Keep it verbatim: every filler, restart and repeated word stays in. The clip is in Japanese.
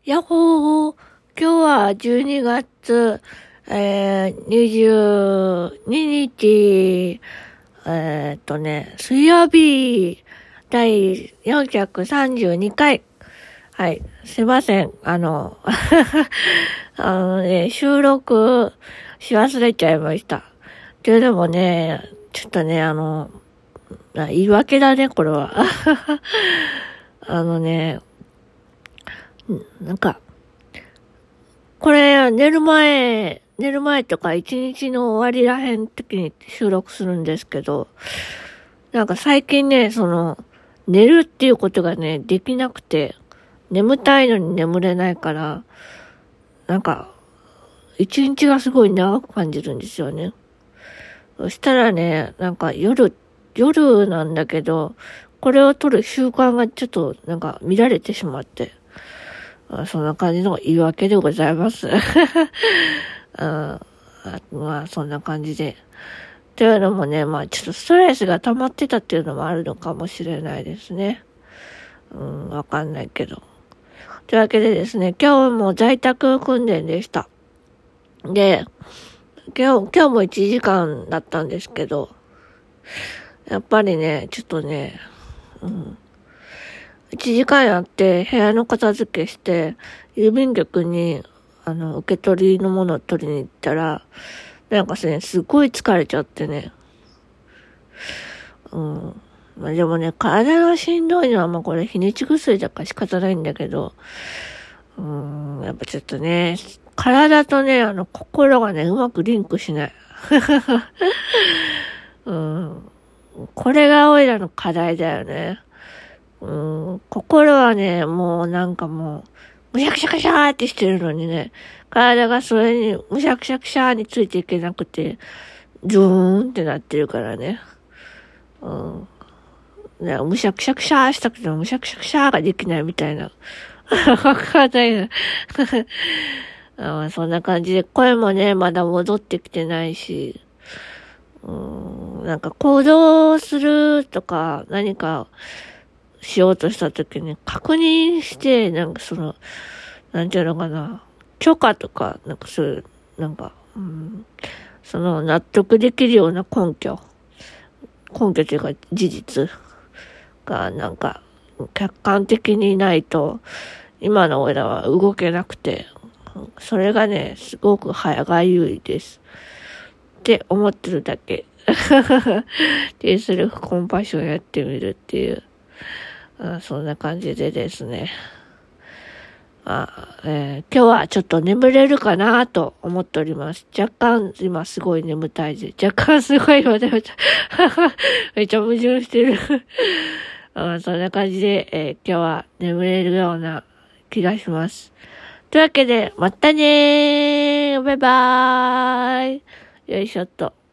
やっほー、今日はじゅうにがつ、えー、にじゅうににち、えーっとね、水曜日、だいよんひゃくさんじゅうにかい。はい、すいません。あの、あのね、収録し忘れちゃいました。というのもね、ちょっとね、あの、言い訳だね、これは。あのね、なんか、これ、寝る前、寝る前とか一日の終わりらへん時に収録するんですけど、なんか最近ね、その、寝るっていうことがね、できなくて、眠たいのに眠れないから、なんか、一日がすごい長く感じるんですよね。そしたらね、なんか夜、夜なんだけど、これを撮る習慣がちょっとなんか乱れてしまって、そんな感じの言い訳でございます。あまあ、そんな感じで。というのもね、まあ、ちょっとストレスが溜まってたっていうのもあるのかもしれないですね。うん、わかんないけど。というわけでですね、今日も在宅訓練でした。で、今日、今日もいちじかんだったんですけど、やっぱりね、ちょっとね、うん、いちじかんやって部屋の片付けして、郵便局に、あの、受け取りのものを取りに行ったら、なんかね、すごい疲れちゃってね。うん。まあでもね、体がしんどいのは、まあこれ日にち薬だから仕方ないんだけど、うん、やっぱちょっとね、体とね、あの、心がね、うまくリンクしない。うん。これがオイラの課題だよね。うん、心はね、もうなんかもう、むしゃくしゃくしゃーってしてるのにね、体がそれにむしゃくしゃくしゃーについていけなくて、ズーンってなってるからね。うん。ね、むしゃくしゃくしゃーしたくてもむしゃくしゃくしゃーができないみたいな。わかんないな。あそんな感じで、声もね、まだ戻ってきてないし、うん、なんか行動するとか、何か、しようとしたときに確認して、なんかその、なんていうのかな、許可とか、なんかそういう、なんか、うん、その納得できるような根拠、根拠というか事実がなんか客観的にないと、今の俺らは動けなくて、それがね、すごく歯がゆいです。って思ってるだけ。で、セルフコンパッションやってみるっていう。あそんな感じでですね。あえー、今日はちょっと眠れるかなと思っております。若干、今すごい眠たいです。若干すごい今眠たい。めっちゃ矛盾してるあ。そんな感じで、えー、今日は眠れるような気がします。というわけで、またねーバイバーイよいしょっと。